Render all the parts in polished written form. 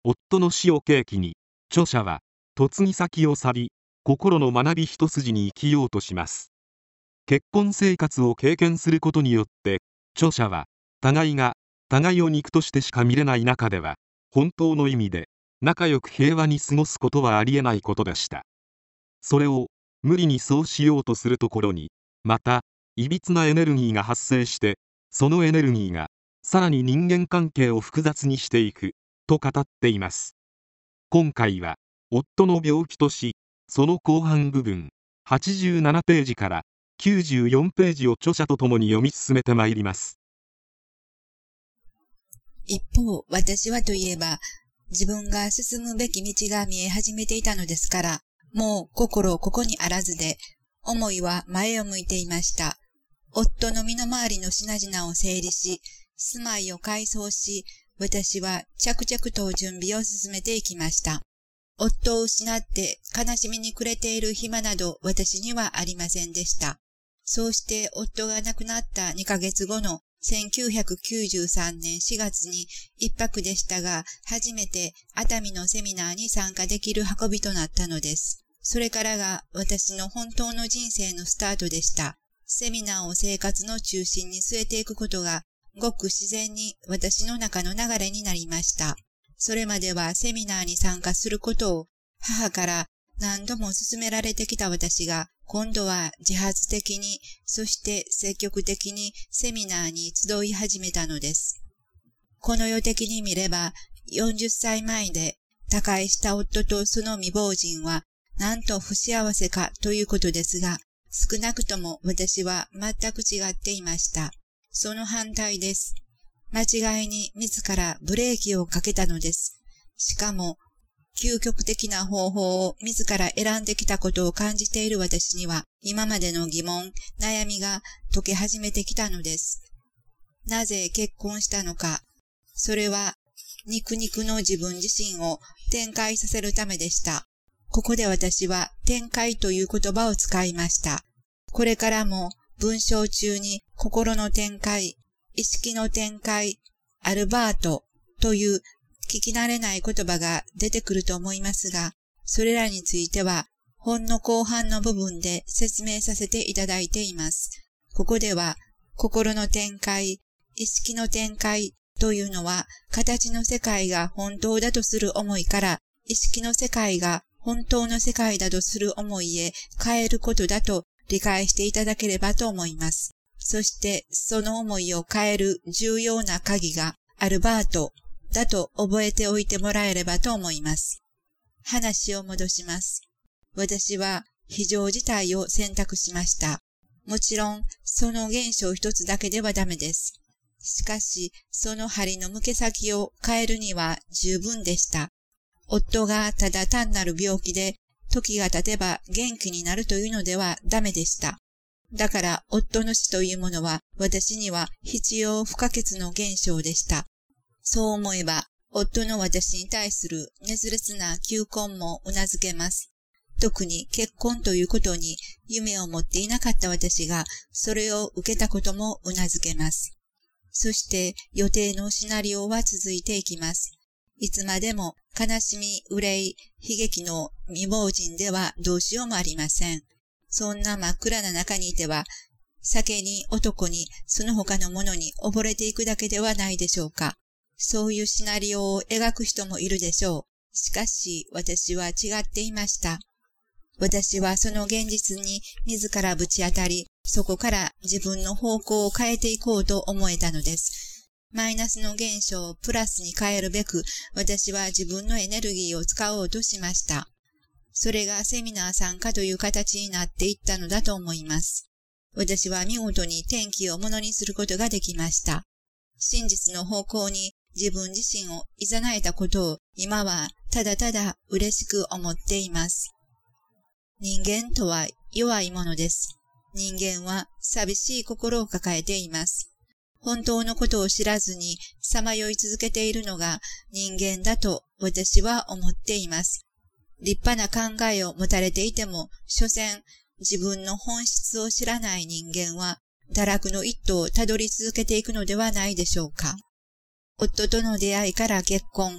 夫の死を契機に、著者は、嫁ぎ先を去り、心の学び一筋に生きようとします。結婚生活を経験することによって、著者は、互いが、互いを肉としてしか見れない中では、本当の意味で、仲良く平和に過ごすことはありえないことでした。それを、無理にそうしようとするところに、また、いびつなエネルギーが発生して、そのエネルギーが、さらに人間関係を複雑にしていく、と語っています。今回は、夫の病気と死、その後半部分、87ページから94ページを著者とともに読み進めてまいります。 一方、私はといえば、自分が進むべき道が見え始めていたのですから、もう心ここにあらずで、思いは前を向いていました。夫の身の回りの品々を整理し、住まいを改装し、私は着々と準備を進めていきました。夫を失って悲しみに暮れている暇など私にはありませんでした。そうして夫が亡くなった2ヶ月後の1993年4月に一泊でしたが、初めて熱海のセミナーに参加できる運びとなったのです。それからが私の本当の人生のスタートでした。セミナーを生活の中心に据えていくことが、ごく自然に私の中の流れになりました。それまではセミナーに参加することを母から何度も勧められてきた私が、今度は自発的に、そして積極的にセミナーに集い始めたのです。この世的に見れば、40歳前で他界した夫とその未亡人は、なんと不幸せかということですが、少なくとも私は全く違っていました。その反対です。間違いに自らブレーキをかけたのです。しかも、究極的な方法を自ら選んできたことを感じている私には、今までの疑問、悩みが解け始めてきたのです。なぜ結婚したのか。それは、肉々の自分自身を展開させるためでした。ここで私は展開という言葉を使いました。これからも文章中に心の展開、意識の展開、アルバートという聞き慣れない言葉が出てくると思いますが、それらについては、本の後半の部分で説明させていただいています。ここでは、心の展開、意識の展開というのは、形の世界が本当だとする思いから、意識の世界が本当の世界だとする思いへ変えることだと理解していただければと思います。そして、その思いを変える重要な鍵が、アルバートだと覚えておいてもらえればと思います。話を戻します。私は非常事態を選択しました。もちろん、その現象一つだけではダメです。しかし、その針の向け先を変えるには十分でした。夫がただ単なる病気で、時が経てば元気になるというのではダメでした。だから夫の死というものは私には必要不可欠の現象でした。そう思えば夫の私に対する熱烈な求婚も頷けます。特に結婚ということに夢を持っていなかった私がそれを受けたことも頷けます。そして予定のシナリオは続いていきます。いつまでも悲しみ、憂い、悲劇の未亡人ではどうしようもありません。そんな真っ暗な中にいては、酒に男にその他のものに溺れていくだけではないでしょうか。そういうシナリオを描く人もいるでしょう。しかし私は違っていました。私はその現実に自らぶち当たり、そこから自分の方向を変えていこうと思えたのです。マイナスの現象をプラスに変えるべく、私は自分のエネルギーを使おうとしました。それがセミナー参加という形になっていったのだと思います。私は見事に天気をものにすることができました。真実の方向に自分自身を誘えたことを今はただただ嬉しく思っています。人間とは弱いものです。人間は寂しい心を抱えています。本当のことを知らずにさまよい続けているのが人間だと私は思っています。立派な考えを持たれていても、所詮自分の本質を知らない人間は堕落の一途をたどり続けていくのではないでしょうか。夫との出会いから結婚、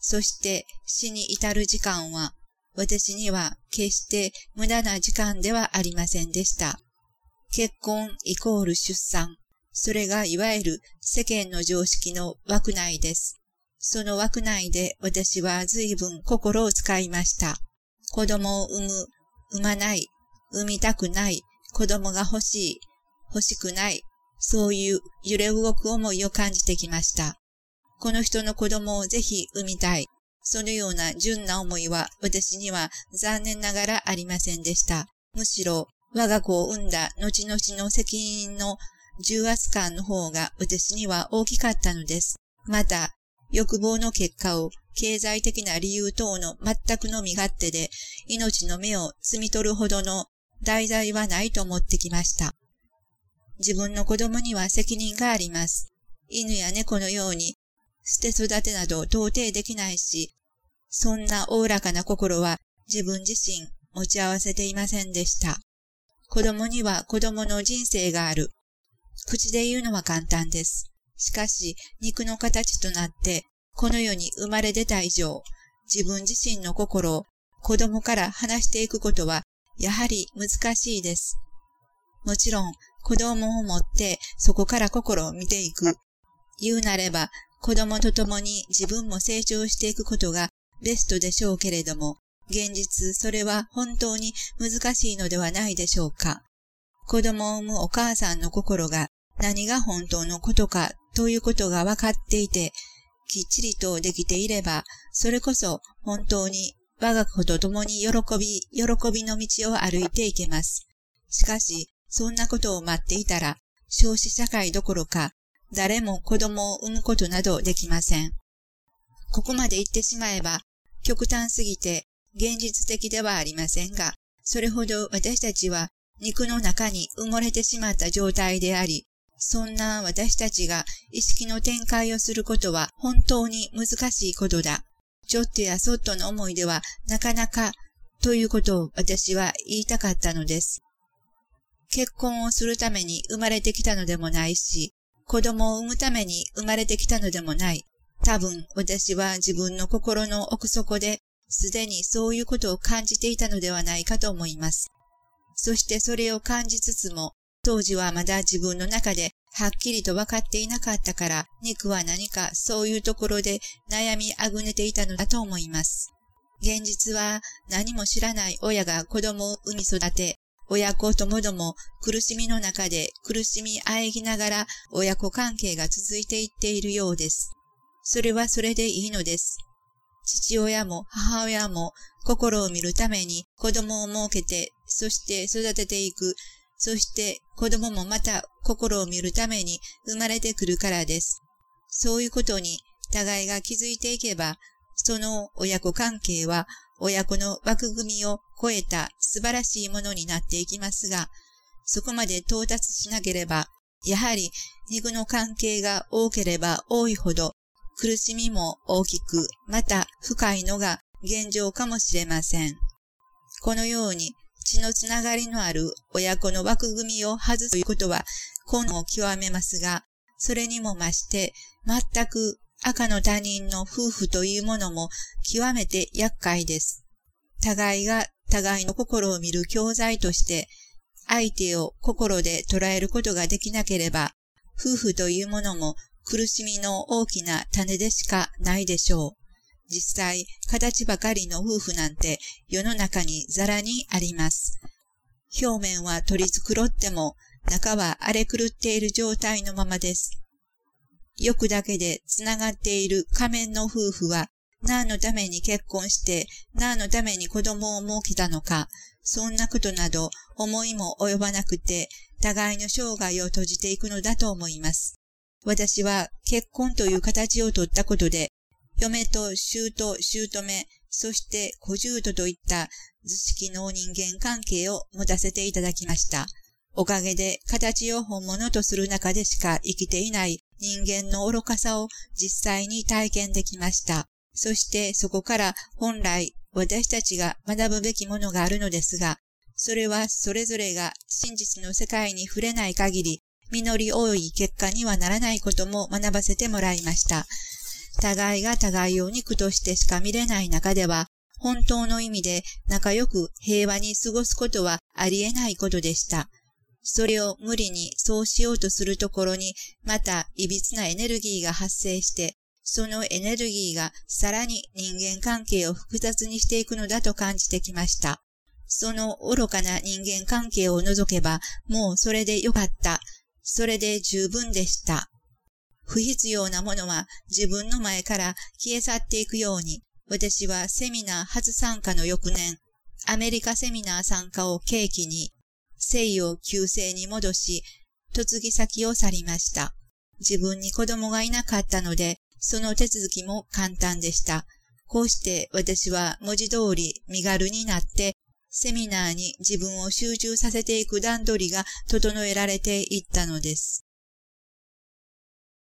そして死に至る時間は、私には決して無駄な時間ではありませんでした。結婚イコール出産。それがいわゆる世間の常識の枠内です。その枠内で私は随分心を使いました。子供を産む、産まない、産みたくない、子供が欲しい、欲しくない、そういう揺れ動く思いを感じてきました。この人の子供をぜひ産みたい。そのような純な思いは私には残念ながらありませんでした。むしろ我が子を産んだ後々の責任の重圧感の方が私には大きかったのです。また、欲望の結果を経済的な理由等の全くの身勝手で命の芽を摘み取るほどの題材はないと思ってきました。自分の子供には責任があります。犬や猫のように捨て育てなど到底できないし、そんなおおらかな心は自分自身持ち合わせていませんでした。子供には子供の人生がある。口で言うのは簡単です。しかし、肉の形となって、この世に生まれ出た以上、自分自身の心を子供から離していくことは、やはり難しいです。もちろん、子供を持ってそこから心を見ていく。言うなれば、子供と共に自分も成長していくことがベストでしょうけれども、現実それは本当に難しいのではないでしょうか。子供を産むお母さんの心が何が本当のことかということが分かっていて、きっちりとできていれば、それこそ本当に我が子と共に喜びの道を歩いていけます。しかし、そんなことを待っていたら、少子社会どころか、誰も子供を産むことなどできません。ここまで言ってしまえば、極端すぎて現実的ではありませんが、それほど私たちは肉の中に埋もれてしまった状態であり、そんな私たちが意識の展開をすることは本当に難しいことだ。ちょっとやそっとの思いではなかなかということを私は言いたかったのです。結婚をするために生まれてきたのでもないし、子供を産むために生まれてきたのでもない。多分私は自分の心の奥底ですでにそういうことを感じていたのではないかと思います。そしてそれを感じつつも、当時はまだ自分の中ではっきりと分かっていなかったから、肉は何かそういうところで悩みあぐねていたのだと思います。現実は何も知らない親が子供を産み育て、親子ともども苦しみの中で苦しみあえぎながら親子関係が続いていっているようです。それはそれでいいのです。父親も母親も心を見るために子供を設けて、そして育てていく。そして子供もまた心を見るために生まれてくるからです。そういうことに互いが気づいていけば、その親子関係は親子の枠組みを超えた素晴らしいものになっていきますが、そこまで到達しなければ、やはり肉の関係が多ければ多いほど苦しみも大きく、また深いのが現状かもしれません。このように血のつながりのある親子の枠組みを外すということは困難を極めますが、それにも増して全く赤の他人の夫婦というものも極めて厄介です。互いが互いの心を見る教材として相手を心で捉えることができなければ、夫婦というものも苦しみの大きな種でしかないでしょう。実際、形ばかりの夫婦なんて世の中にざらにあります。表面は取り繕っても、中は荒れ狂っている状態のままです。欲だけでつながっている仮面の夫婦は、何のために結婚して、何のために子供を設けたのか、そんなことなど思いも及ばなくて、互いの生涯を閉じていくのだと思います。私は結婚という形をとったことで、嫁と姑、姑、そして小姑といった図式の人間関係を持たせていただきました。おかげで形を本物とする中でしか生きていない人間の愚かさを実際に体験できました。そしてそこから本来私たちが学ぶべきものがあるのですが、それはそれぞれが真実の世界に触れない限り、実り多い結果にはならないことも学ばせてもらいました。 互いが互いを肉としてしか見れない中では、本当の意味で仲良く平和に過ごすことはありえないことでした。それを無理にそうしようとするところに、また歪なエネルギーが発生して、そのエネルギーがさらに人間関係を複雑にしていくのだと感じてきました。その愚かな人間関係を除けば、もうそれでよかった。それで十分でした。不必要なものは自分の前から消え去っていくように、私はセミナー初参加の翌年、アメリカセミナー参加を契機に、生を旧姓に戻し、嫁ぎ先を去りました。自分に子供がいなかったので、その手続きも簡単でした。こうして私は文字通り身軽になって、セミナーに自分を集中させていく段取りが整えられていったのです。